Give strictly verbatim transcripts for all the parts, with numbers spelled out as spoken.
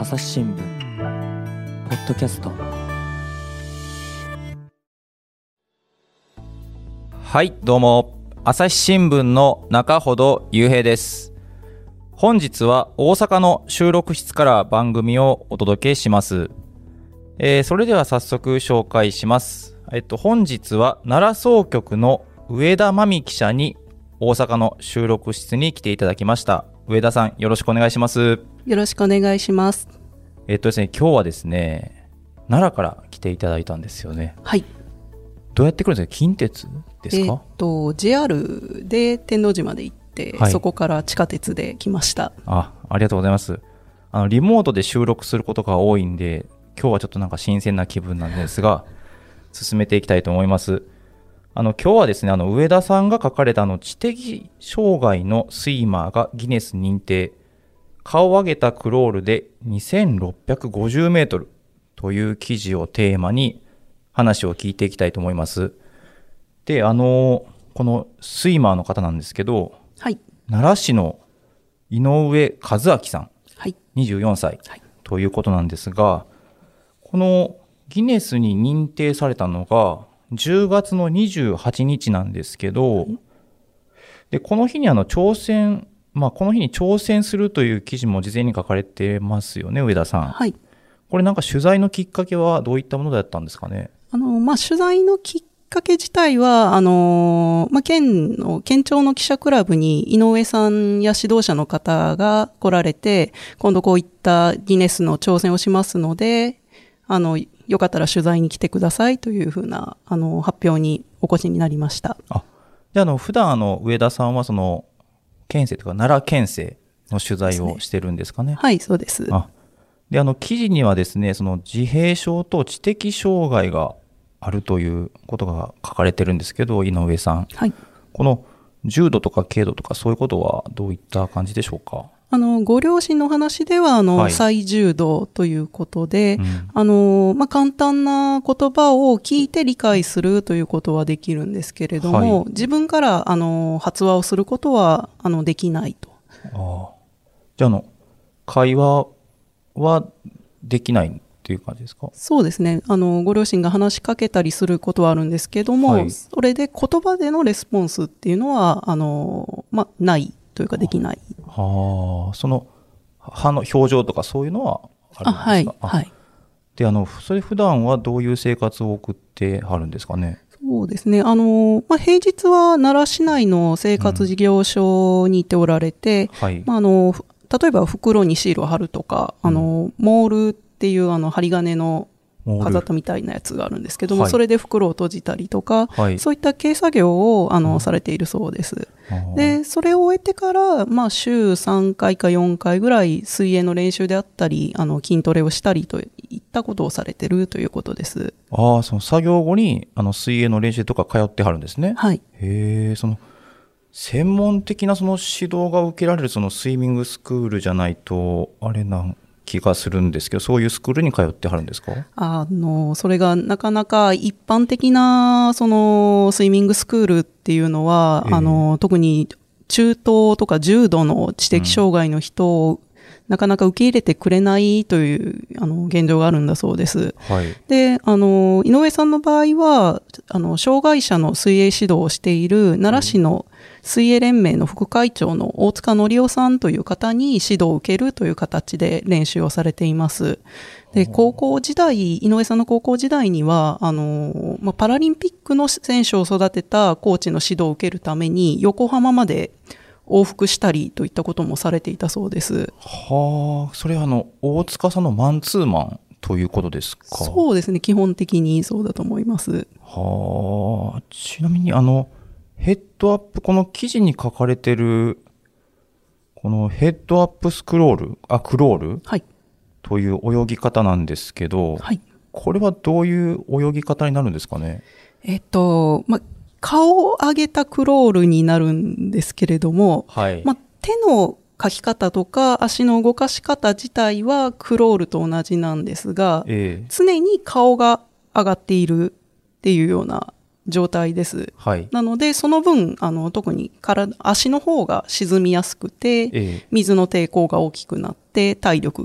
朝日新聞ポッドキャスト。 はい、どうも朝日新聞の中ほど雄平です。本日は大阪の収録室から番組をお届けします。えー、それでは早速紹介します。えっと本日は奈良総局の上田真美記者に大阪の収録室に来ていただきました。上田さん、よろしくお願いします。 よろしくお願いします。 えっとですね、今日はですね、奈良から来ていただいたんですよね。 はい。 どうやって来るんですか？近鉄ですか？ えー、っと ジェイアール で天王寺まで行って、はい、そこから地下鉄で来ました。 あ、ありがとうございます。あのリモートで収録することが多いんで、今日はちょっとなんか新鮮な気分なんですが進めていきたいと思います。あの今日はですね、あの上田さんが書かれたあの知的障害のスイマーがギネス認定、顔を上げたクロールでにせんろっぴゃくごじゅうメートルという記事をテーマに話を聞いていきたいと思います。で、あのこのスイマーの方なんですけど、 はい、 奈良市の井上和明さん、 はい、 にじゅうよんさいということなんですが、このギネスに認定されたのがじゅうがつのにじゅうはちにちなんですけど、でこの日にあの挑戦、まあ、この日に挑戦するという記事も事前に書かれてますよね、上田さん。 はい。 これなんか取材のきっかけはどういったものだったんですかね？ あの、まあ、取材のきっかけ自体は、あの、まあ、県の、県庁の記者クラブに井上さんや指導者の方が来られて、今度こういったギネスの挑戦をしますので、あの、よかったら取材に来てくださいというふうな、あの、発表にお越しになりました。 あ、で、あの、普段あの、上田さんはその、県政とか奈良県政の取材をしてるんですかね？ はい、そうです。 あ、で、あの、記事にはですね、その自閉症と知的障害があるということが書かれてるんですけど、井上さん。 はい。 この重度とか軽度とかそういうことはどういった感じでしょうか？ あの、ご両親の話では、あの、 はい、 最重度ということで、 うん、 あの、まあ、簡単な言葉を聞いて理解するということはできるんですけれども、はい、自分から、あの、発話をすることは、あの、できないと。 ああ。じゃあ、あの、会話はできないっていう感じですか？ そうですね。あの、ご両親が話しかけたりすることはあるんですけども、はい、それで言葉でのレスポンスっていうのは、あの、まあ、ないというかできない。 はあ、その歯の表情とかそういうのはあるんですか？ はい、はい。 で、あの、それ普段はどういう生活を送ってはるんですかね？ そうですね。あの、まあ、平日は奈良市内の生活事業所にいておられて、うん、はい、まあ、あの、例えば袋にシールを貼るとか、うん、あの、モールっていうあの針金の飾ったみたいなやつがあるんですけども、はい、それで袋を閉じたりとか、はい、そういった軽作業をあの、うん、されているそうです。で、それを終えてから、まあ、週さんかいかよんかいぐらい水泳の練習であったり、あの筋トレをしたりといったことをされているということです。 ああ、その作業後にあの水泳の練習とか通ってはるんですね。 はい。 へえ、その専門的なその指導が受けられるそのスイミングスクールじゃないとあれなん気がするんですけど、そういうスクールに通ってはるんですか？ あの、それがなかなか一般的な、その、スイミングスクールっていうのは、えー、あの、特に中等とか重度の知的障害の人を、うん、なかなか受け入れてくれないという、あの、現状があるんだそうです。 はい。 で、あの、井上さんの場合は、あの、障害者の水泳指導をしている奈良市の水泳連盟の副会長の大塚則夫さんという方に指導を受けるという形で練習をされています。で、高校時代、井上さんの高校時代には、あの、まあ、パラリンピックの選手を育てたコーチの指導を受けるために、横浜まで往復したりといったこともされていたそうです。 はあ、それはあの、大塚さんのマンツーマンということですか？ そうですね、基本的にそうだと思います。 はあ、ちなみにあの、ヘッドアップ、この記事に書かれてる、このヘッドアップスクロール、あ、クロール、 はい、 という泳ぎ方なんですけど、はい、これはどういう泳ぎ方になるんですかね？ えっと、ま、顔を上げたクロールになるんですけれども、はい、ま、手の書き方とか足の動かし方自体はクロールと同じなんですが、えー、常に顔が上がっているっていうような状態です。はい、なので、その分、あの、特に体、足の方が沈みやすくて、ええ、水の抵抗が大きくなって体力が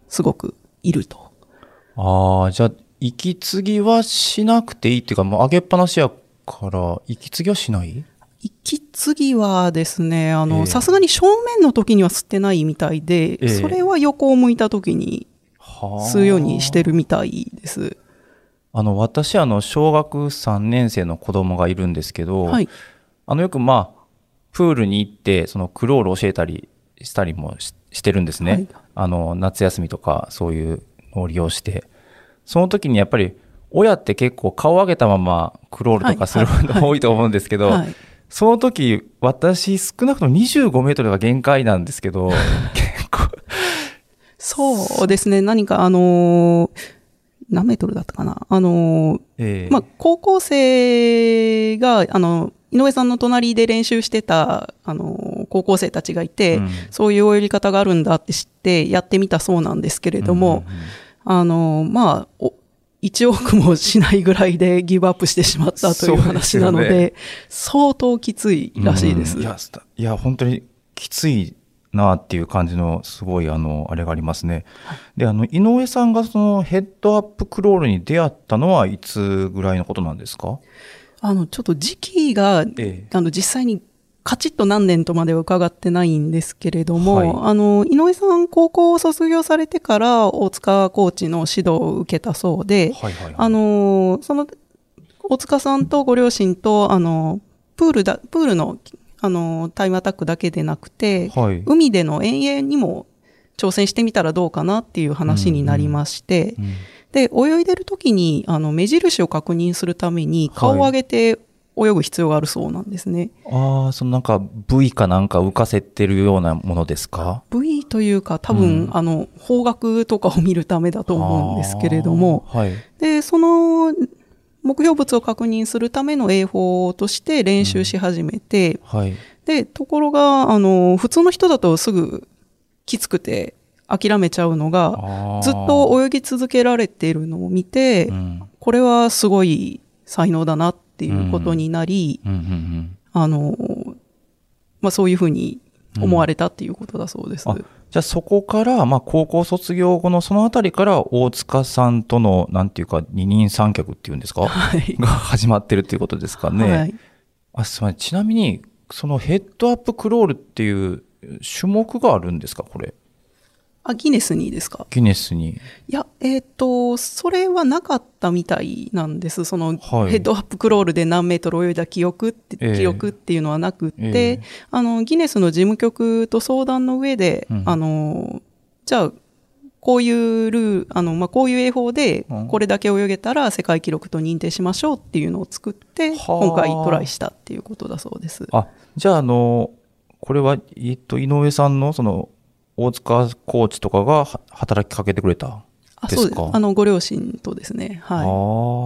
すごくいると。 ああ、じゃあ、息継ぎはしなくていいっていうか、もう上げっぱなしやから、息継ぎはしない？ 息継ぎはですね、あの、さすがに正面の時には吸ってないみたいで、えー、それは横を向いた時に吸うようにしてるみたいです。 あの、私、あの、小学さんねん生の子供がいるんですけど、はい、あの、よくまあ、プールに行って、そのクロール教えたりしたりも し, してるんですね、はい。あの、夏休みとか、そういうのを利用して。その時にやっぱり、親って結構顔上げたままクロールとかするの、はいはい、多いと思うんですけど、はい、その時、私、少なくともにじゅうごメートルが限界なんですけど、結構。 そうですね、何かあのー、何メートルだったかな、あのーえー、まあ、高校生が、あの、井上さんの隣で練習してた、あの、高校生たちがいて、うん、そういう泳ぎ方があるんだって知ってやってみたそうなんですけれども、うんうんうん、あの、まあ、いちおくもしないぐらいでギブアップしてしまったという話なので、ね、相当きついらしいです。 うん、いや、いや本当にきついなっていう感じのすごいあのあれがありますね。で、あの井上さんがそのヘッドアップクロールに出会ったのはいつぐらいのことなんですか？ あのちょっと時期が、ええ、あの実際にカチッと何年とまでは伺ってないんですけれども、はい、あの井上さん高校を卒業されてから大塚コーチの指導を受けたそうで、はいはいはい、あのその大塚さんとご両親とあのプールだプールのあのタイムアタックだけでなくて、はい、海での遠泳にも挑戦してみたらどうかなっていう話になりまして、うんうんうん、で泳いでる時にあの目印を確認するために顔を上げて泳ぐ必要があるそうなんですね。 はい、ああ、そのなんか V かなんか浮かせてるようなものですか？ V というか多分、うん、あの方角とかを見るためだと思うんですけれども、はい、でその目標物を確認するための泳法として練習し始めて、うんはい、でところがあの普通の人だとすぐきつくて諦めちゃうのがずっと泳ぎ続けられているのを見て、うん、これはすごい才能だなっていうことになり、うんうんうんうん、あのまあ、そういうふうに思われたっていうことだそうです。 うん、じゃあそこから、まあ、高校卒業後のそのあたりから大塚さんとのなんていうか二人三脚っていうんですか、はい、が始まってるっていうことですかね。はい、あ、すみません。ちなみにそのヘッドアップクロールっていう種目があるんですか、これ？ あ、ギネスにですか？ ギネスに。 いや、えっと、それはなかったみたいなんです。その、はい、ヘッドアップクロールで何メートル泳いだ記憶って、えー、記録っていうのはなくって、えー、あの、ギネスの事務局と相談の上で、うん、あの、じゃあ、こういうルール、あの、まあ、こういう泳法で、これだけ泳げたら世界記録と認定しましょうっていうのを作って、今回トライしたっていうことだそうです。 あ、じゃあ、あの、これは、えっと、井上さんの、その、大塚コーチとかが働きかけてくれたですか？ あ、そうです。あのご両親とですね。はい。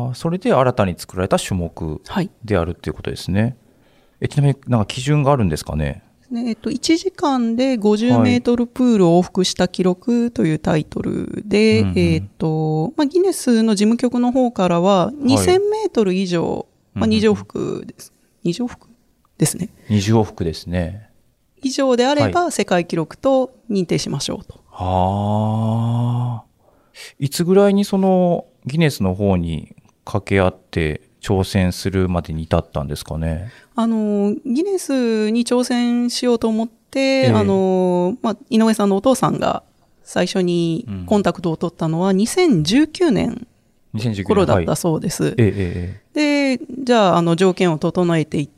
ああ、それで新たに作られた種目であるっていうことですね。はい、えちなみになんか基準があるんですかね？ えっと、いちじかんでごじゅうメートルプールを往復した記録というタイトルで、はい、えっと、まあ、ギネスの事務局の方からはにせんメートル以上、はい、まあ、にじ往復です。にじ往復ですね。 にじ往復ですね。 以上であれば世界記録と認定しましょうと。 はあ。いつぐらいにそのギネスの方に掛け合って挑戦するまでに至ったんですかね？ あの、ギネスに挑戦しようと思って、えー、あの、まあ、井上さんのお父さんが最初にコンタクトを取ったのはにせんじゅうきゅうねん頃だったそうです。はい、えー、で、じゃあ、あの、条件を整えていって、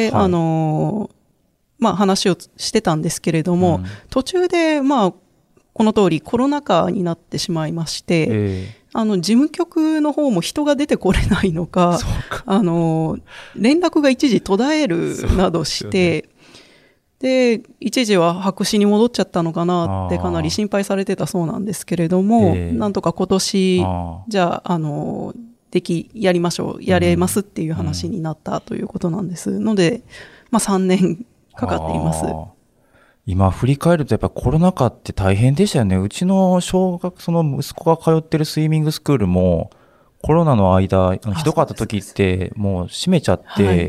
はい、あの、まあ、話をしてたんですけれども、うん、途中で、まあ、この通りコロナ禍になってしまいまして、えー、あの事務局の方も人が出てこれないのか、かあの連絡が一時途絶えるなどして、で、一時は白紙に戻っちゃったのかなってかなり心配されてたそうなんですけれども、えー、なんとか今年じゃあ、あのできやりましょう、やれますっていう話になったということなんです、うん、ので、まあ、さんねんかかっています。 今振り返るとやっぱコロナ禍って大変でしたよね。うちの小学その息子が通ってるスイミングスクールもコロナの間、ひどかった時って、もう閉めちゃって、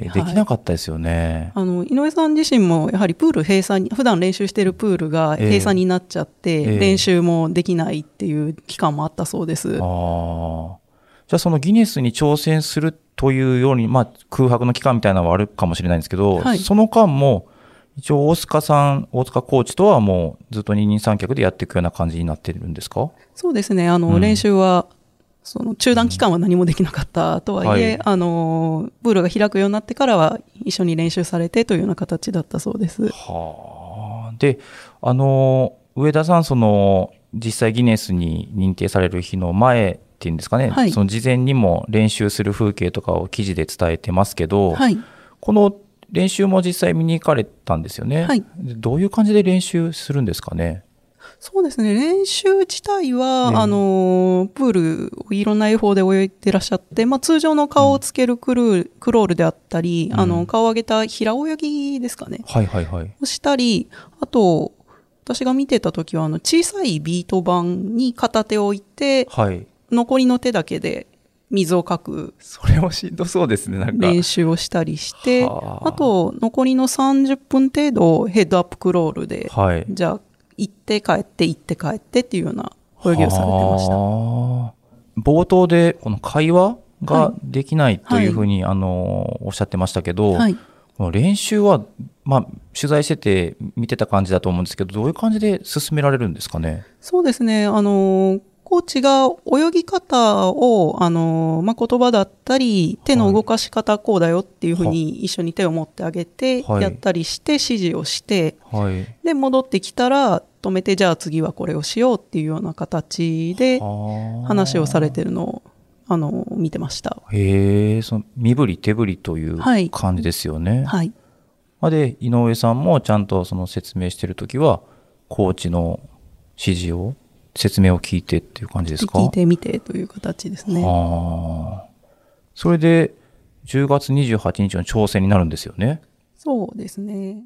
できなかったですよね。 はいはい、あの、井上さん自身も、やはりプール閉鎖に、普段練習しているプールが閉鎖になっちゃって、えーえー、練習もできないっていう期間もあったそうです。 ああ。じゃあそのギネスに挑戦するというように、まあ空白の期間みたいなのはあるかもしれないんですけど、はい、その間も一応大塚さん、大塚コーチとはもうずっと二人三脚でやっていくような感じになってるんですか？ そうですね。あの、うん、練習は、その中断期間は何もできなかったとはいえ、うんはい、あの、プールが開くようになってからは一緒に練習されてというような形だったそうです。 はあ。で、あの、上田さん、その、実際ギネスに認定される日の前、っていうんですかね、はい、その事前にも練習する風景とかを記事で伝えてますけど、はい、この練習も実際見に行かれたんですよね、はい、どういう感じで練習するんですかね？ そうですね、練習自体は、ね、あのプールをいろんな泳法で泳いでらっしゃって、まあ、通常の顔をつけるクルー、うん、クロールであったり、うん、あの顔を上げた平泳ぎですかね、 はいはいはい、 をしたり、あと私が見てた時はあの小さいビート板に片手を置いて、はい残りの手だけで水をかく。 それもしんどそうですね、なんか。 練習をしたりして、あと、残りのさんじゅっぷん程度ヘッドアップクロールで、はい、じゃあ、行って帰って、行って帰ってっていうような泳ぎをされてました。 冒頭で、この会話ができないというふうに、はい、あの、おっしゃってましたけど、はい、この練習は、まあ、取材してて見てた感じだと思うんですけど、どういう感じで進められるんですかね？ そうですね、あの、コーチが泳ぎ方を、あの、まあ、言葉だったり、手の動かし方こうだよっていうふうに一緒に手を持ってあげて、やったりして指示をして、はい、で、戻ってきたら止めて、じゃあ次はこれをしようっていうような形で話をされてるのを、あの、見てました。 へえ、その身振り手振りという感じですよね。はい。はい、で、井上さんもちゃんとその説明してるときは、コーチの指示を説明を聞いてっていう感じですか？ 聞いてみてという形ですね。 ああ。それでじゅうがつにじゅうはちにちの挑戦になるんですよね。 そうですね。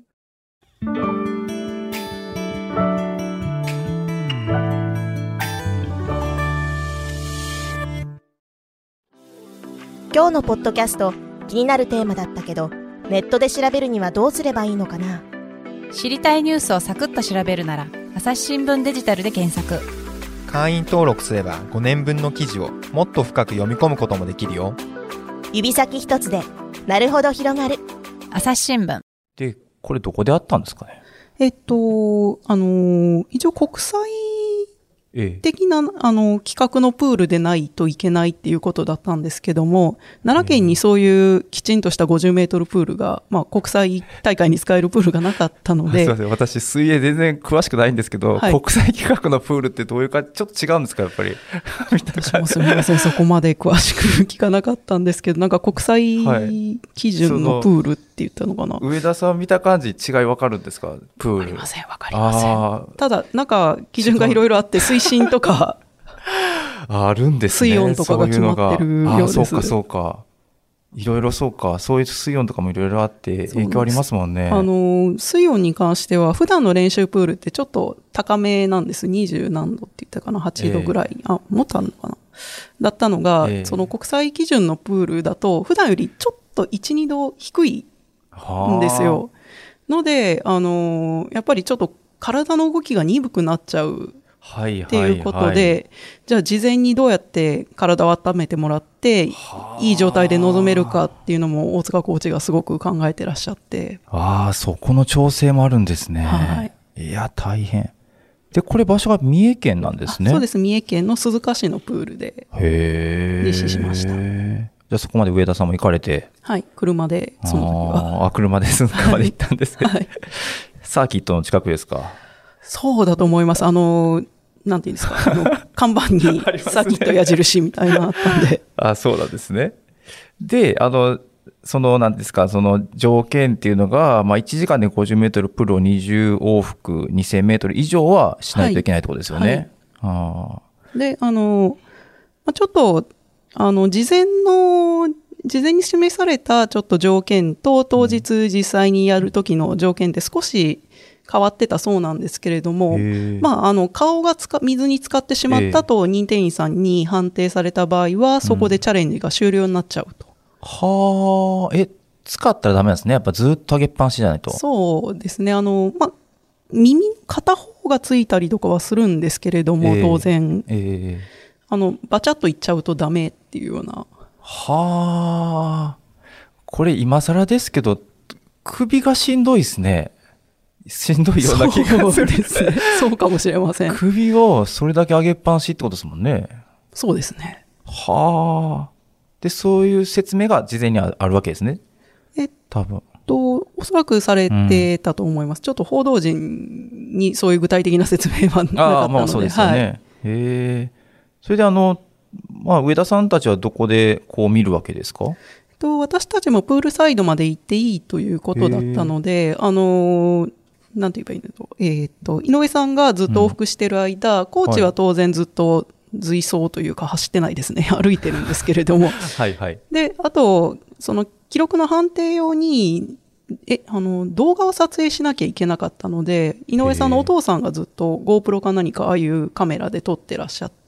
今日のポッドキャスト、気になるテーマだったけど、ネットで調べるにはどうすればいいのかな？ 知りたいニュースをサクッと調べるなら、朝日新聞デジタルで検索。 会員登録すればごねんぶんの記事をもっと深く読み込むこともできるよ。 指先一つでなるほど広がる。 朝日新聞。 で、これどこであったんですかね？ えっと、あの、一応国際的な、ええ、あの規格のプールでないといけないっていうことだったんですけども、奈良県にそういうきちんとしたごじゅうメートルプールが、まあ、国際大会に使えるプールがなかったので。 すいません、私水泳全然詳しくないんですけど、はい、国際規格のプールってどういうかちょっと違うんですか、やっぱり。 私もすみません、そこまで詳しく聞かなかったんですけど、なんか国際基準のプールって言ったのかな。 はい、上田さん見た感じ違いわかるんですか？プール。わかりません、わかりません。ただなんか基準がいろいろあって水深とかあるんですね。 水温とかが決まってるようです。 そうかそうか。いろいろそうか。そういう水温とかもいろいろあって影響ありますもんね。 あの、水温に関しては普段の練習プールってちょっと高めなんです。にじゅうなんどって言ったかな、はちどぐらい。えー、あ、もっとあるのかな。だったのが、えー、その国際基準のプールだと普段よりちょっといち、にど低いんですよ。ので、あの、やっぱりちょっと体の動きが鈍くなっちゃう。 はいっていうことで、はいはい、じゃあ事前にどうやって体を温めてもらっていい状態で臨めるかっていうのも大塚コーチがすごく考えてらっしゃって。 ああ、そこの調整もあるんですね。はい。いや、大変。で、これ場所が三重県なんですね。 そうです。三重県の鈴鹿市のプールで実施しました。 へじゃあそこまで上田さんも行かれて。 はい、車でその時は。 ああ、車で鈴鹿まで行ったんですね。はい。サーキットの近くですか？ そうだと思います。あの、なんていうんですか、あの看板にサーキット矢印みたいなのあったんで。 あ、そうなんですね。で、あの、その、なんですか、その条件っていうのが、まあ、いちじかんでごじゅうメートルプロにじゅう往復にせんメートル以上はしないといけないってことですよね。はいはい、 あで、あの、ちょっと、あの、事前の、事前に示されたちょっと条件と当日実際にやる時の条件って少し変わってたそうなんですけれども、まあ、あの顔がつか水に浸かってしまったと認定員さんに判定された場合は、そこでチャレンジが終了になっちゃうと。 うん、はあ、え、使ったらダメなんですね。やっぱずっと上げっぱなしじゃないと。 そうですね。あの、まあ、耳片方がついたりとかはするんですけれども、当然、えーえー、あのバチャッといっちゃうとダメっていうような。 はあ、これ今更ですけど首がしんどいですね。しんどいような気がする。そうですね。 そうかもしれません。 首をそれだけ上げっぱなしってことですもんね。 そうですね。 はあ。で、そういう説明が事前にあるわけですね。 え多分。 と、おそらくされてたと思います。うん、ちょっと報道陣にそういう具体的な説明はなかったので。ああ、まあそうですよね。はい、へえ。それであの、まあ、上田さんたちはどこでこう見るわけですか？ と、私たちもプールサイドまで行っていいということだったので、あのー、なんて言えばいいんだろう。えっと、井上さんがずっと往復してる間、うん、コーチは当然ずっと随走というか走ってないですね。歩いてるんですけれども。はいはい。で、あと、その記録の判定用に、え、あの、動画を撮影しなきゃいけなかったので、井上さんのお父さんがずっと GoPro か何かああいうカメラで撮ってらっしゃって、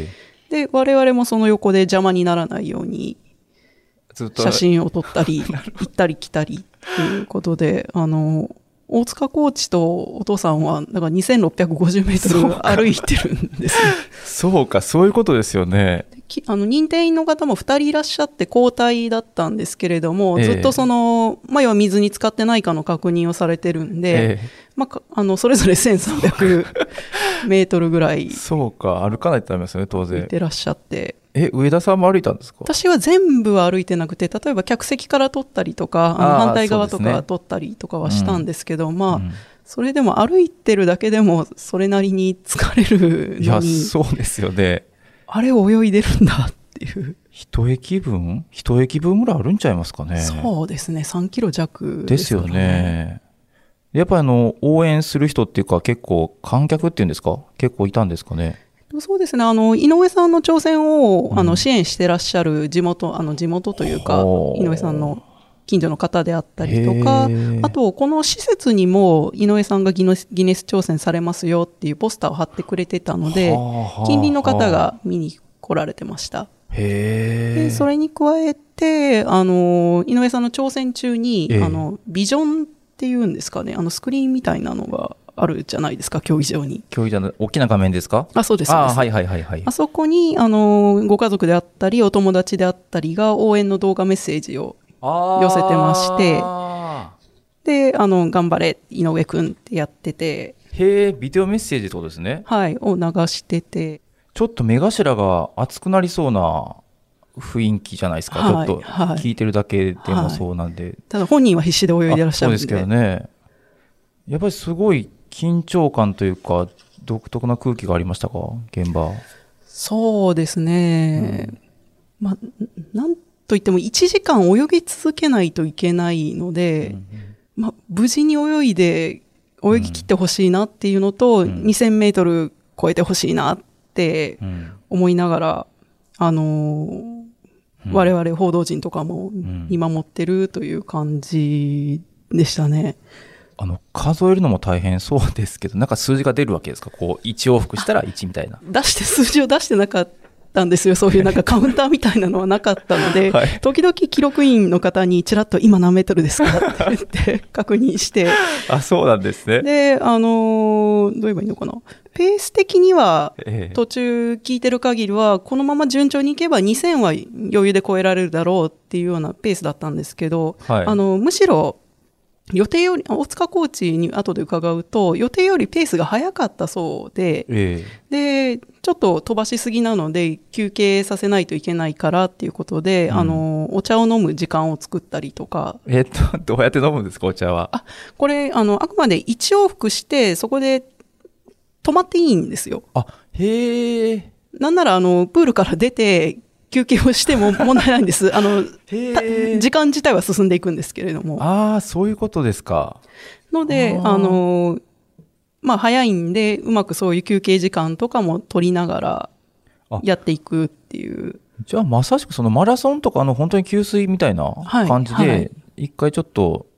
で、我々もその横で邪魔にならないように、写真を撮ったり、行ったり来たりということで、あの、大塚コーチとお父さんは、だからにせんろっぴゃくごじゅうメートル歩いてるんですね。 そうか、そういうことですよね。 あの認定員の方もふたりいらっしゃって交代だったんですけれども、えー、ずっとその、まあ、要は水に浸かってないかの確認をされてるんで、えーまあ、あのそれぞれせんさんびゃくメートルぐらいそうか、歩かないとダメですよね、当然。 歩いてらっしゃって。 え、上田さんも歩いたんですか？ 私は全部は歩いてなくて、例えば客席から撮ったりとか、あの反対側とか撮ったりとかはしたんですけど、うん、まあ、うん、それでも歩いてるだけでもそれなりに疲れるのに。いや、 そうですよね。 あれを泳いでるんだっていう。 一駅分一駅分ぐらいあるんちゃいますかね。 そうですね。さんキロ弱ですよね。ですよね。やっぱりあの、応援する人っていうか結構観客っていうんですか？結構いたんですかね。 そうですね。あの、井上さんの挑戦を、うん、あの支援してらっしゃる地元、あの地元というか、井上さんの近所の方であったりとか、あと、この施設にも井上さんがギネス、ギネス挑戦されますよっていうポスターを貼ってくれてたので、近隣の方が見に来られてました。へでそれに加えて、あの、井上さんの挑戦中に、あの、ビジョンっていうんですかね、あのスクリーンみたいなのがあるじゃないですか、競技場に。 競技場の大きな画面ですか？ あ、そうです。あ、 はいはいはいはい。 あそこに、あの、ご家族であったり、お友達であったりが応援の動画メッセージを寄せてまして、で、あの、頑張れ、井上くんってやってて。 へえ、ビデオメッセージってことですね。 はい、を流してて。 ちょっと目頭が熱くなりそうな雰囲気じゃないですか、はい、ちょっと聞いてるだけでもそうなんで、はい、 ただ本人は必死で泳いでらっしゃるんで。 そうですけどね。やっぱりすごい緊張感というか独特な空気がありましたか、現場。 そうですね、うん、まあなんといってもいちじかん泳ぎ続けないといけないので、うんうんまあ、無事に泳いで泳ぎ切ってほしいなっていうのと、うん、にせんメートル超えてほしいなって思いながら、うん、あのーうん、我々報道陣とかも見守ってるという感じでしたね。 あの数えるのも大変そうですけど、なんか数字が出るわけですか？こういち往復したらいちみたいな。 出して数字を出してなかったんですよ。そういうなんかカウンターみたいなのはなかったので、はい、時々記録員の方にちらっと今何メートルですかって言って確認して。 あ、そうなんですね。 で、あのー、どう言えばいいのかな。ペース的には途中聞いてる限りはこのまま順調にいけばにせんは余裕で超えられるだろうっていうようなペースだったんですけど、はい、あのむしろ予定より大塚コーチに後で伺うと予定よりペースが早かったそうで、えー、でちょっと飛ばしすぎなので休憩させないといけないからっていうことで、うん、あのお茶を飲む時間を作ったりとか。 えっとどうやって飲むんですか、お茶は。 あ、これあのあくまでいち往復してそこで止まっていいんですよ。 あ、へえ。 なんならあのプールから出て休憩をしても問題ないんです。あの時間自体は進んでいくんですけれども。 ああ、そういうことですか。 のであのまあ早いんでうまくそういう休憩時間とかも取りながらやっていくっていう。 じゃあまさしくそのマラソンとかの本当に給水みたいな感じで、はいはい、一回ちょっと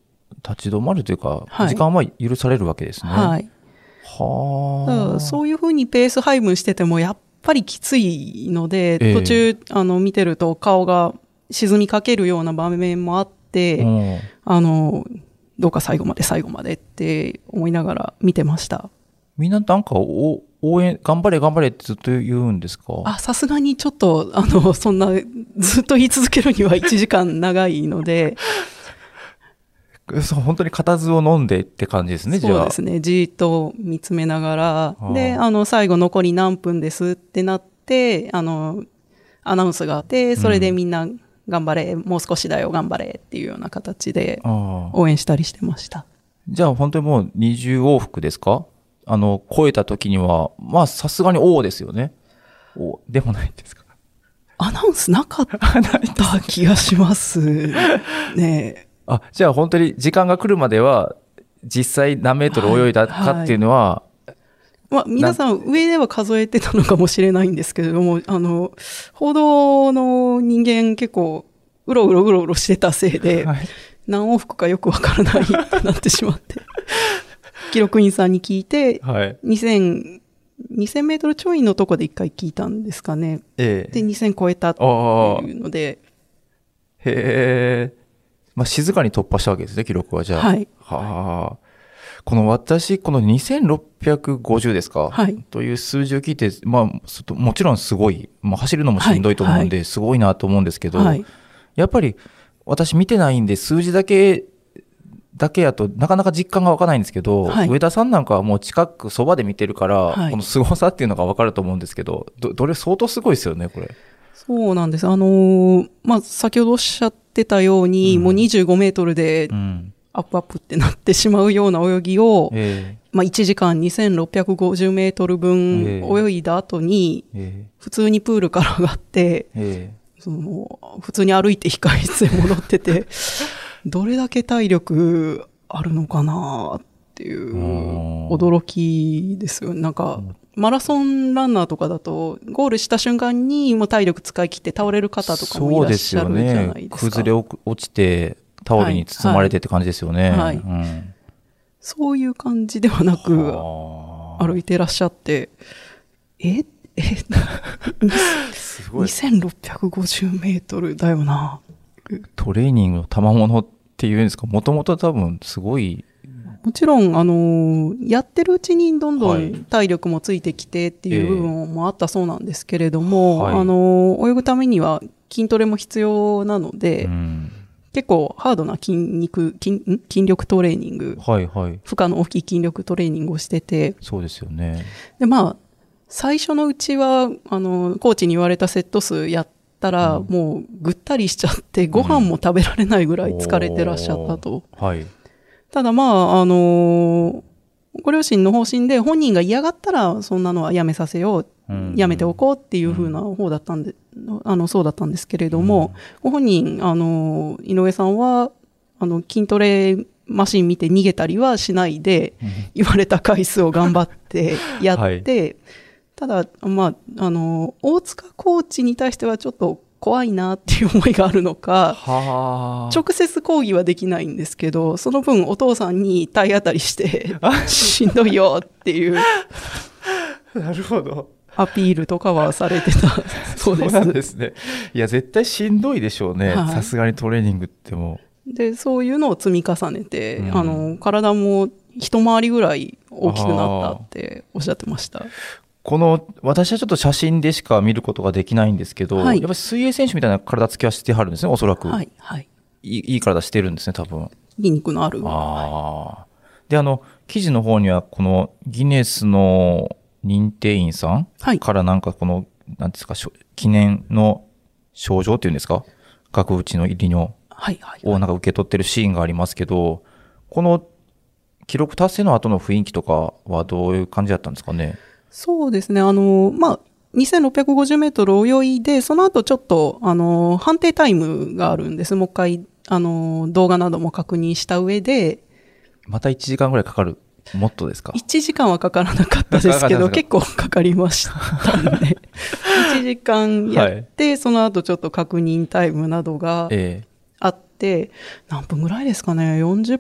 立ち止まるというか、 はい、 時間は許されるわけですね。 はい。 はあ。 だからそういうふうにペース配分しててもやっぱりきついので、えー、途中あの見てると顔が沈みかけるような場面もあって、うん、あのどうか最後まで最後までって思いながら見てました。 みんななんかお応援頑張れ頑張れってずっと言うんですか？ あ、さすがにちょっとあのそんなずっと言い続けるにはいちじかん長いのでそう本当に固唾を飲んでって感じですね。じゃあそうですね、じーっと見つめながらであの最後残り何分ですってなってあのアナウンスがあってそれでみんな頑張れ、うん、もう少しだよ頑張れっていうような形で応援したりしてました。 じゃあ本当にもうにじゅう往復ですか？あの超えた時にはまあさすがに王ですよね。おでもないですか？ アナウンスなかった気がしますね。 あ、じゃあ本当に時間が来るまでは実際何メートル泳いだかっていうのは、はいはい、 まあ、皆さん上では数えてたのかもしれないんですけれども、あの報道の人間結構うろうろうろうろしてたせいで、はい、何往復かよくわからないってなってしまって記録員さんに聞いて、はい、にせんメートルちょいのとこで一回聞いたんですかね、ええ、でにせん超えたっていうので、 へえ、まあ、静かに突破したわけですね、記録は。じゃあ、はい、はあ、この私このにせんろっぴゃくごじゅうですか、はい、という数字を聞いて、まあ、もちろんすごい、まあ、走るのもしんどいと思うんで、はい、すごいなと思うんですけど、はい、やっぱり私見てないんで数字だけだけやとなかなか実感が湧かないんですけど、はい、上田さんなんかはもう近くそばで見てるから、はい、この凄さっていうのが分かると思うんですけど、 ど, どれ相当すごいですよねこれ。 そうなんです。あのーまあ、先ほどおっしゃってたように、うん、もうにじゅうごメートルでアップアップってなってしまうような泳ぎを、えーまあ、いちじかんにせんろっぴゃくごじゅうメートル分泳いだ後に、えー、普通にプールから上がって、えー、その普通に歩いて控室へ戻っててどれだけ体力あるのかなっていう驚きですよ。なんかマラソンランナーとかだとゴールした瞬間にもう体力使い切って倒れる方とかもいらっしゃるじゃないですか。そうですよね。 崩れ落ちてタオルに包まれてって感じですよね。はいはい、うん、 そういう感じではなく歩いてらっしゃって、ええすごいにせんろっぴゃくごじゅうメートルだよな。 トレーニングの賜物っていうんですか、もともと多分すごい。 もちろん、あのー、やってるうちにどんどん体力もついてきてっていう部分もあったそうなんですけれども、はい、あのー、泳ぐためには筋トレも必要なので、うん、結構ハードな筋肉 筋, 筋力トレーニング、はいはい、負荷の大きい筋力トレーニングをしてて、 そうですよね。 で、まあ最初のうちはあのコーチに言われたセット数やったら、うん、もうぐったりしちゃってご飯も食べられないぐらい疲れてらっしゃったと、うん、はい。ただまああのー、ご両親の方針で本人が嫌がったらそんなのはやめさせよう、うん、やめておこうっていう風な方だったんで、うん、あのそうだったんですけれども、うん、ご本人あの井上さんはあの筋トレマシン見て逃げたりはしないで、うん、言われた回数を頑張ってやって、はい、ただまああの大塚コーチに対してはちょっと怖いなっていう思いがあるのか、は直接抗議はできないんですけど、その分お父さんに体当たりしてしんどいよっていうなるほどアピールとかはされてたそうです。 そうなんですね。いや絶対しんどいでしょうね、さすがにトレーニングってもでそういうのを積み重ねて、うん、あの体も一回りぐらい大きくなったっておっしゃってました。 この私はちょっと写真でしか見ることができないんですけど、はい、やっぱり水泳選手みたいな体つきはしてはるんですね、おそらく。はいはい、いいいい体してるんですね、多分。 筋肉のある。あ、 はい、であの記事の方にはこのギネスの認定員さんからなんかこの、はい、なんですか記念の賞状っていうんですか、額縁の入りの、はいはいはい、をなんか受け取ってるシーンがありますけど、この記録達成の後の雰囲気とかはどういう感じだったんですかね。 そうですね。あの、まあ、にせんろっぴゃくごじゅうメートル泳いで、その後ちょっと、あの、判定タイムがあるんです。もう一回、あの、動画なども確認した上で。 またいちじかんぐらいかかる。もっとですか？ いちじかんはかからなかったですけど、結構かかりましたんで。いちじかんやって、はい、その後ちょっと確認タイムなどがあって、ええ、何分ぐらいですかね。よんじゅっ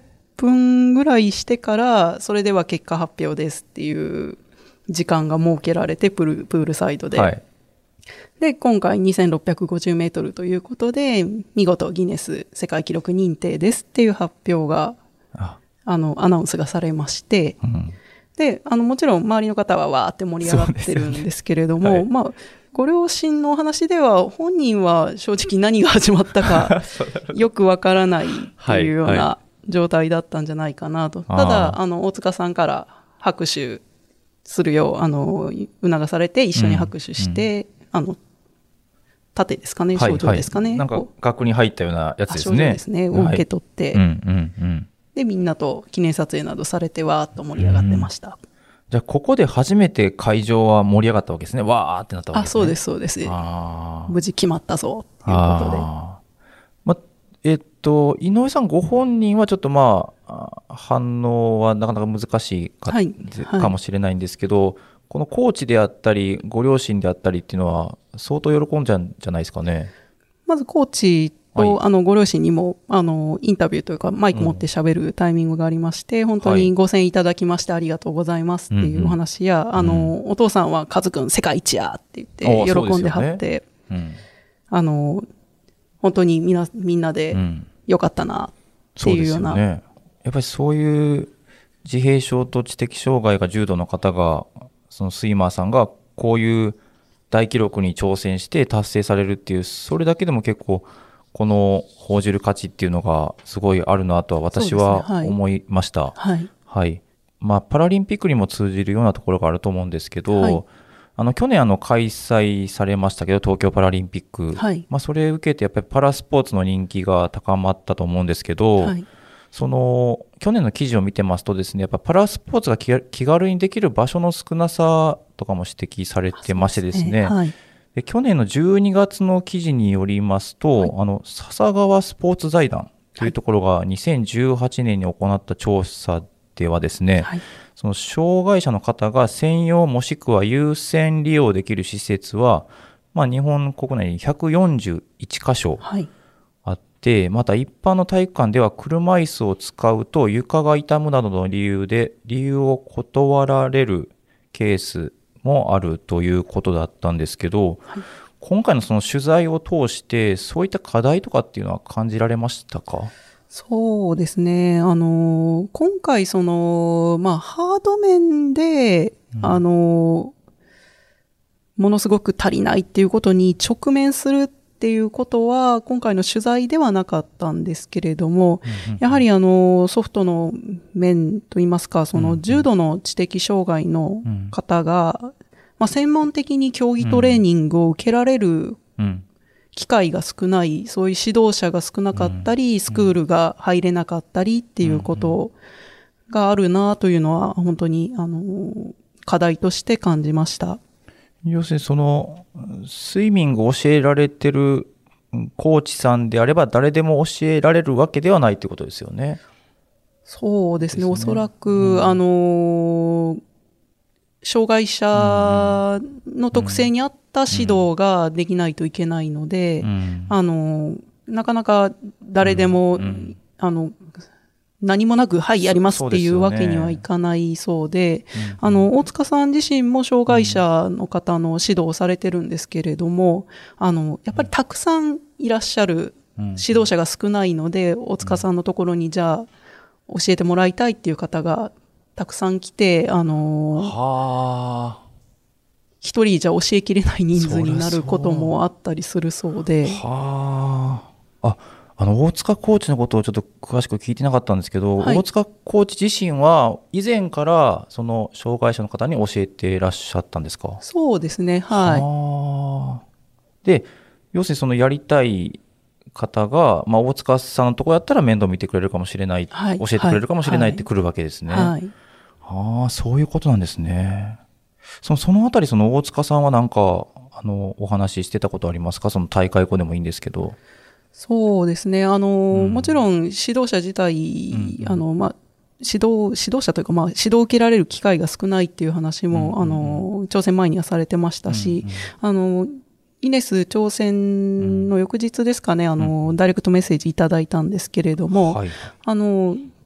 ぷんぐらいしてから、それでは結果発表ですっていう時間が設けられて、プール、プールサイドで。はい、で、今回にせんろっぴゃくごじゅうメートルということで、見事ギネス世界記録認定ですっていう発表が、あ, あの、アナウンスがされまして、うん、で、あの、もちろん周りの方はわーって盛り上がってるんですけれども、ねはい、まあ、ご両親のお話では、本人は正直何が始まったか、よくわからないっていうような状態だったんじゃないかなと。はいはい、ただ、あの、大塚さんから拍手するよう、あの、促されて一緒に拍手して、うんうん、あの、盾ですかね、賞状ですかね。 はいはい、なんか額に入ったようなやつですね。 賞状ですね、を受け取って、 はいうんうんうん、 で、みんなと記念撮影などされてわーっと盛り上がってました。 うん、じゃあ、ここで初めて会場は盛り上がったわけですね。わーってなったわけですね。 あ、そうです、そうです。無事決まったぞ、ということで。 ま、えっと、井上さんご本人はちょっとまあ、反応はなかなか難しい か,、はい、かもしれないんですけど、はいこのコーチであったり、ご両親であったりっていうのは、相当喜んじゃうんじゃないですかね。 まずコーチと、はい、あのご両親にもあのインタビューというか、マイク持って喋るタイミングがありまして、うん、本当にご声援いただきましてありがとうございますっていうお話や、うんうん、あのお父さんはカズくん世界一やって言って喜んではって、ねうん、あの本当にみんな、みんなでよかったなっていうような。 うん、そうですよね。やっぱりそういう自閉症と知的障害が重度の方が、そのスイマーさんがこういう大記録に挑戦して達成されるっていう、それだけでも結構この報じる価値っていうのがすごいあるなとは私は思いました。 はい。 はい。まあパラリンピックにも通じるようなところがあると思うんですけど、はい、あの去年あの開催されましたけど東京パラリンピック、はい、まあそれを受けてやっぱりパラスポーツの人気が高まったと思うんですけど、はいその去年の記事を見てますとですね、やっぱパラスポーツが気軽にできる場所の少なさとかも指摘されてましてですね、ですねはい、で去年のじゅうにがつの記事によりますと、はい、あの笹川スポーツ財団というところがにせんじゅうはちねんに行った調査ではですね、はい、その障害者の方が専用もしくは優先利用できる施設は、まあ、日本国内にひゃくよんじゅういちかしょ、はいでまた一般の体育館では車椅子を使うと床が傷むなどの理由で理由を断られるケースもあるということだったんですけど、はい、今回のその取材を通してそういった課題とかっていうのは感じられましたか？ そうですね。あの、今回その、まあ、ハード面で、うん、あの、ものすごく足りないっていうことに直面するっていうことは今回の取材ではなかったんですけれども、うんうん、やはりあのソフトの面といいますか、その重度の知的障害の方が、うんまあ、専門的に競技トレーニングを受けられる機会が少ない、そういう指導者が少なかったり、スクールが入れなかったりっていうことがあるなというのは本当にあの課題として感じました。 要するにそのスイミングを教えられてるコーチさんであれば誰でも教えられるわけではないということですよね。 そうですね。ですねおそらく、うん、あの障害者の特性に合った指導ができないといけないので、うん、あのなかなか誰でも、うんうん、あの何もなく、はい、やりますっていうわけにはいかないそうで、うん、あの、大塚さん自身も障害者の方の指導をされてるんですけれども、あの、やっぱりたくさんいらっしゃる指導者が少ないので、大塚さんのところにじゃあ教えてもらいたいっていう方がたくさん来て、あの、一人じゃ教えきれない人数になることもあったりするそうで。 はあ。ああの大塚コーチのことをちょっと詳しく聞いてなかったんですけど、はい、大塚コーチ自身は以前からその障害者の方に教えていらっしゃったんですか？ そうですね、はい。 で、要するにそのやりたい方が、まあ、大塚さんのところやったら面倒見てくれるかもしれない、はい、教えてくれるかもしれないって来るわけですね。はいはい、ああ、そういうことなんですね。そのそのあたり、その大塚さんは何かあのお話ししてたことありますか？その大会後でもいいんですけど。 そうですね。あの、うん、もちろん指導者自体、うん、あの、まあ、指導、指導者というか、まあ、指導を受けられる機会が少ないっていう話も、うん、あの、挑戦前にはされてましたし、うん、あの、ギネス挑戦の翌日ですかね、あの、ダイレクトメッセージいただいたんですけれども、はい、あの、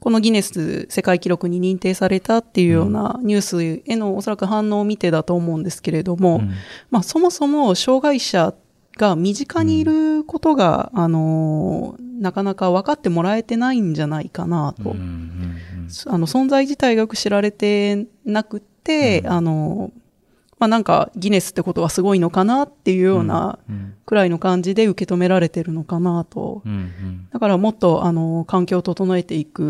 このギネス世界記録に認定されたっていうようなニュースへのおそらく反応を見てだと思うんですけれども、うん、まあ、そもそも障害者が身近にいることが、うん、あのなかなか分かってもらえてないんじゃないかなと、うんうんうん、あの存在自体がよく知られてなくて、うん、あのまあ、なんかギネスってことはすごいのかなっていうようなくらいの感じで受け止められてるのかなと、うんうん、だからもっとあの環境を整えていく、うん、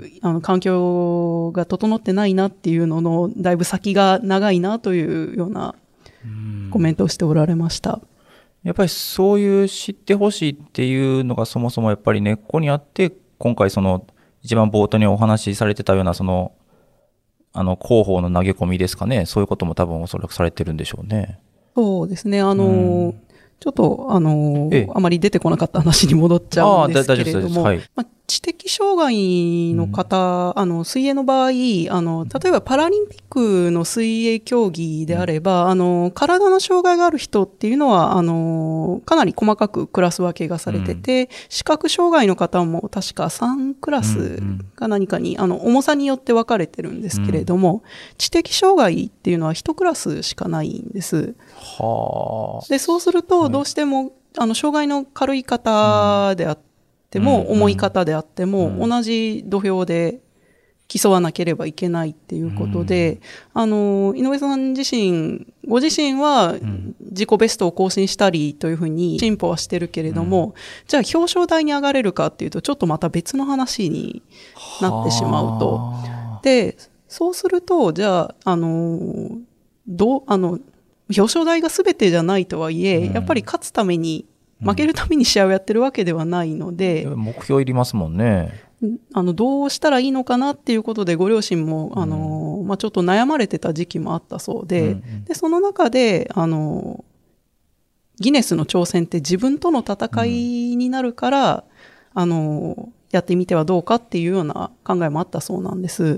あの環境が整ってないなっていうののだいぶ先が長いなというようなコメントをしておられました。 やっぱりそういう知ってほしいっていうのがそもそもやっぱり根っこにあって、今回その一番冒頭にお話しされてたようなそのあの広報の投げ込みですかね、そういうことも多分おそらくされてるんでしょうね。 そうですね、あの、うん、ちょっとあの、ええ、あまり出てこなかった話に戻っちゃうんですけれども、はい、まあ、知的障害の方、うん、あの水泳の場合、あの例えばパラリンピックの水泳競技であれば、うん、あの体の障害がある人っていうのはあのかなり細かくクラス分けがされてて、うん、視覚障害の方も確かさんクラスか何かに、あの重さによって分かれてるんですけれども、うん、知的障害っていうのはいちクラスしかないんです。はあ。でそうするとどうしても、はい、あの障害の軽い方であって、でも重い方であっても同じ土俵で競わなければいけないっていうことで、うん、あの井上さん自身ご自身は自己ベストを更新したりというふうに進歩はしてるけれども、うん、じゃあ表彰台に上がれるかっていうとちょっとまた別の話になってしまうと。でそうするとじゃああのどうあの表彰台が全てじゃないとはいえ、うん、やっぱり勝つために負けるために試合をやってるわけではないので、 うん、目標いりますもんね。 あのどうしたらいいのかなっていうことでご両親も、うん、あのまあ、ちょっと悩まれてた時期もあったそうで、うんうん、でその中であのギネスの挑戦って自分との戦いになるから、うん、あのやってみてはどうかっていうような考えもあったそうなんです、うんうん、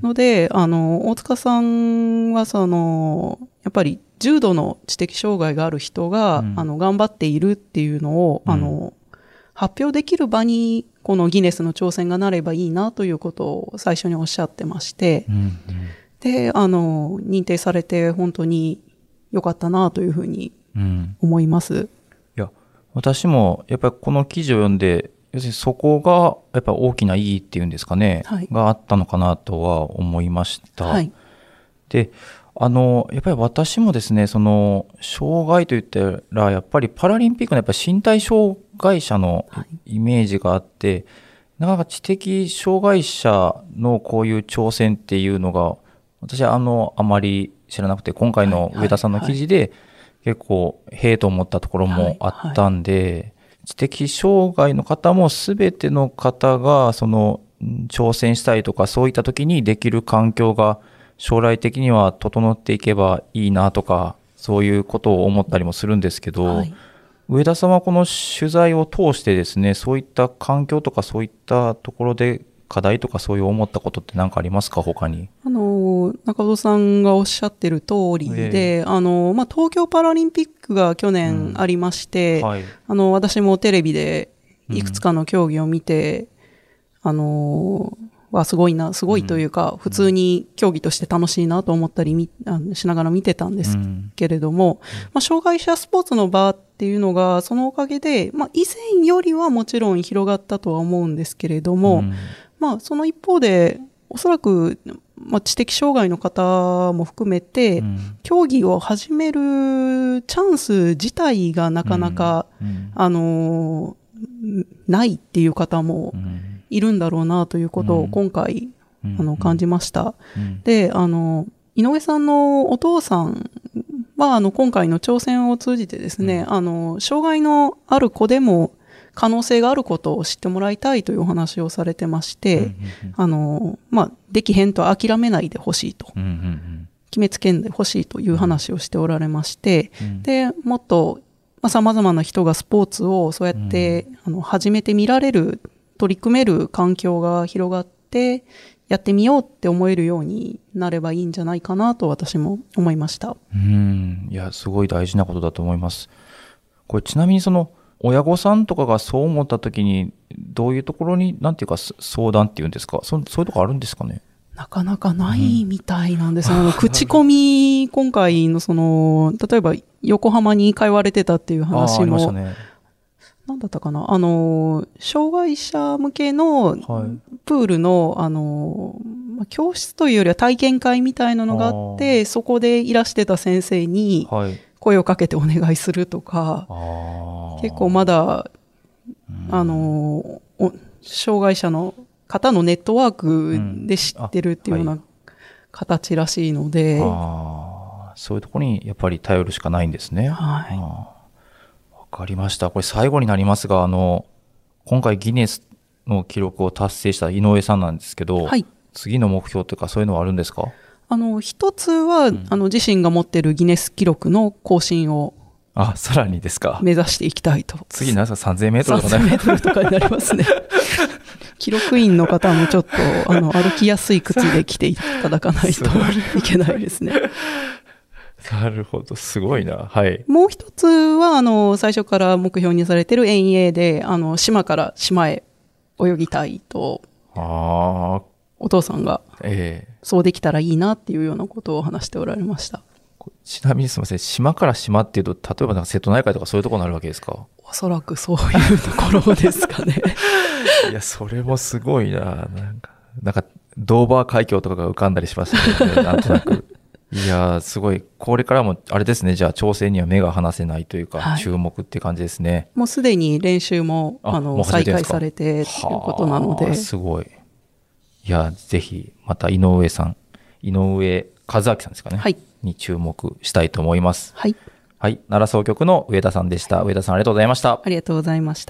のであの大塚さんはそのやっぱり重度の知的障害がある人が、うん、あの頑張っているっていうのを、うん、あの発表できる場にこのギネスの挑戦がなればいいなということを最初におっしゃってまして、うんうん、であの認定されて本当に良かったなというふうに思います、うん、いや私もやっぱりこの記事を読んで要するにそこがやっぱ大きな意義っていうんですかね、はい、があったのかなとは思いました、はい、であのやっぱり私もですねその障害といったらやっぱりパラリンピックのやっぱ身体障害者のイメージがあって、はい、なかなか知的障害者のこういう挑戦っていうのが私はあのあまり知らなくて、今回の上田さんの記事で結構へえと思ったところもあったんで、はいはいはい、知的障害の方も全ての方がその挑戦したいとかそういった時にできる環境が将来的には整っていけばいいなとかそういうことを思ったりもするんですけど、はい、上田さんはこの取材を通してですねそういった環境とかそういったところで課題とかそういう思ったことって何かありますか？他にあの中尾さんがおっしゃってる通りで、えーあのまあ、東京パラリンピックが去年ありまして、うんはい、あの私もテレビでいくつかの競技を見て、うん、あのはすごいなすごいというか、うん、普通に競技として楽しいなと思ったりみあのしながら見てたんですけれども、うんまあ、障害者スポーツの場っていうのがそのおかげで、まあ、以前よりはもちろん広がったとは思うんですけれども、うんまあ、その一方でおそらく、まあ、知的障害の方も含めて、うん、競技を始めるチャンス自体がなかなか、うんうん、あのないっていう方もいるんだろうなということを今回、うん、あの感じました、うん、であの井上さんのお父さんはあの今回の挑戦を通じてですね、うん、あの障害のある子でも可能性があることを知ってもらいたいというお話をされてまして、うんうんうん、あの、まあ、できへんと諦めないでほしいと、うんうんうん、決めつけんでほしいという話をしておられまして、うん、で、もっと、まあ、様々な人がスポーツをそうやって、うん、あの、始めてみられる、取り組める環境が広がって、やってみようって思えるようになればいいんじゃないかなと私も思いました。 うん、いや、すごい大事なことだと思います。これちなみにその、 親御さんとかがそう思った時にどういうところになんていうか相談っていうんですか、そそういうとこあるんですかね。 なかなかないみたいなんですよ、うん、あの口コミ今回のその例えば横浜に通われてたっていう話もあ, あ, ね、 なんだったかな、あの障害者向けのプールの、はい、あの教室というよりは体験会みたいなのがあって、そこでいらしてた先生に声をかけてお願いするとか、はい、結構まだ、うん、あの障害者の方のネットワークで知ってるっていうような形らしいので、うん、 あ、そういうところにやっぱり頼るしかないんですね。 はい、 わかりました。これ最後になりますが、あの今回ギネスの記録を達成した井上さんなんですけど、はい、次の目標というかそういうのはあるんですか？ あの一つは、うん、あの自身が持っているギネス記録の更新をあ、さらにですか。 目指していきたいと。 次何ですか、さんぜんメートルとかね。 さんぜんメートルとかになりますね。記録員の方もちょっとあの歩きやすい靴で来ていただかないといけないですね。 なるほど、すごいな。はい。 もう一つはあの最初から目標にされている遠泳で、あの島から島へ泳ぎたいと、 あ、 お父さんが、 ええ、 そうできたらいいなっていうようなことを話しておられました。 ちなみにすみません、島から島っていうと、例えばなんか瀬戸内海とかそういうところになるわけですか？ おそらくそういうところですかね。 いや、それもすごいな。なんか、なんかドーバー海峡とかが浮かんだりしましたけどね、なんとなく。いや、すごい、これからもあれですね、じゃあ調整には目が離せないというか、はい、注目っていう感じですね。 もうすでに練習も、あの、再開されてということなので。 すごい。いや、ぜひ、また井上さん、井上和明さんですかね。はい。に注目したいと思います。 はい。 はい。奈良総局の上田さんでした。上田さん、ありがとうございました。 ありがとうございました。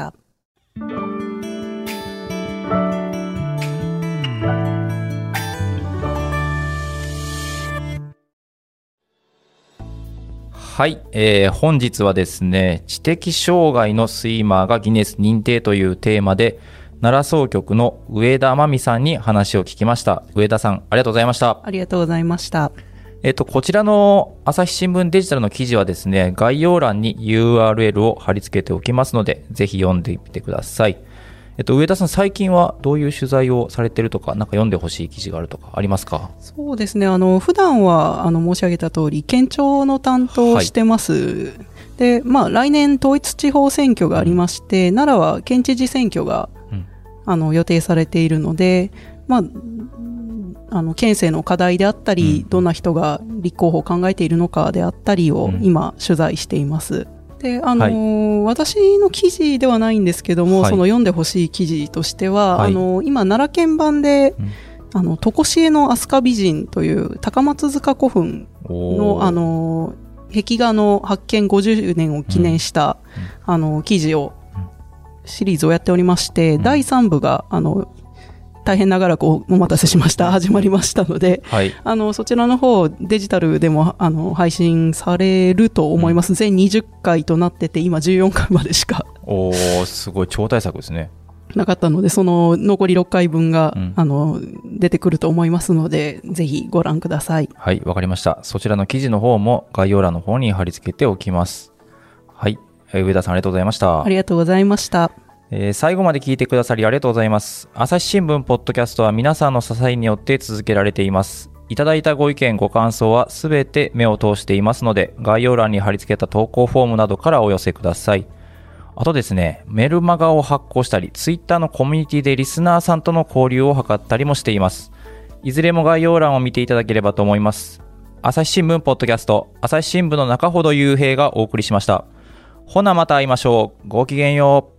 はい、えー、本日はですね、知的障害のスイマーがギネス認定というテーマで、奈良総局の上田真美さんに話を聞きました。上田さん、ありがとうございました。 ありがとうございました。 えっと、こちらの朝日新聞デジタルの記事はですね、概要欄に ユーアールエル を貼り付けておきますので、ぜひ読んでみてください。えっと、上田さん、最近はどういう取材をされてるとか、なんか読んでほしい記事があるとかありますか？ そうですね、あの普段はあの申し上げた通り県庁の担当をしてます、はい、で、まあ、来年統一地方選挙がありまして、うん、奈良は県知事選挙が、うん、あの予定されているので、まあ、あの県政の課題であったり、うん、どんな人が立候補を考えているのかであったりを今取材しています。で、あのーはい、私の記事ではないんですけども、はい、その読んでほしい記事としては、はい、あのー、今奈良県版で、うん、あの常しえの飛鳥美人という高松塚古墳の、あのー、壁画の発見ごじゅうねんを記念した、うん、あのー、記事を、うん、シリーズをやっておりまして、うん、だいさんぶがあの大変長らくお待たせしました始まりましたので、はい、あのそちらの方デジタルでもあの配信されると思います、うん、全にじゅっかいとなってて今じゅうよんかいまでしかおー、すごい超大作ですね。 なかったので、その残りろっかいぶんが、うん、あの出てくると思いますので、ぜひご覧ください。 はい、わかりました。そちらの記事の方も概要欄の方に貼り付けておきます。はい、上田さんありがとうございました。 ありがとうございました。 えー、最後まで聞いてくださりありがとうございます。朝日新聞ポッドキャストは皆さんの支えによって続けられています。いただいたご意見ご感想はすべて目を通していますので、概要欄に貼り付けた投稿フォームなどからお寄せください。あとですね、メルマガを発行したり、ツイッターのコミュニティでリスナーさんとの交流を図ったりもしています。いずれも概要欄を見ていただければと思います。朝日新聞ポッドキャスト、朝日新聞の中ほど雄平がお送りしました。ほなまた会いましょう。ごきげんよう。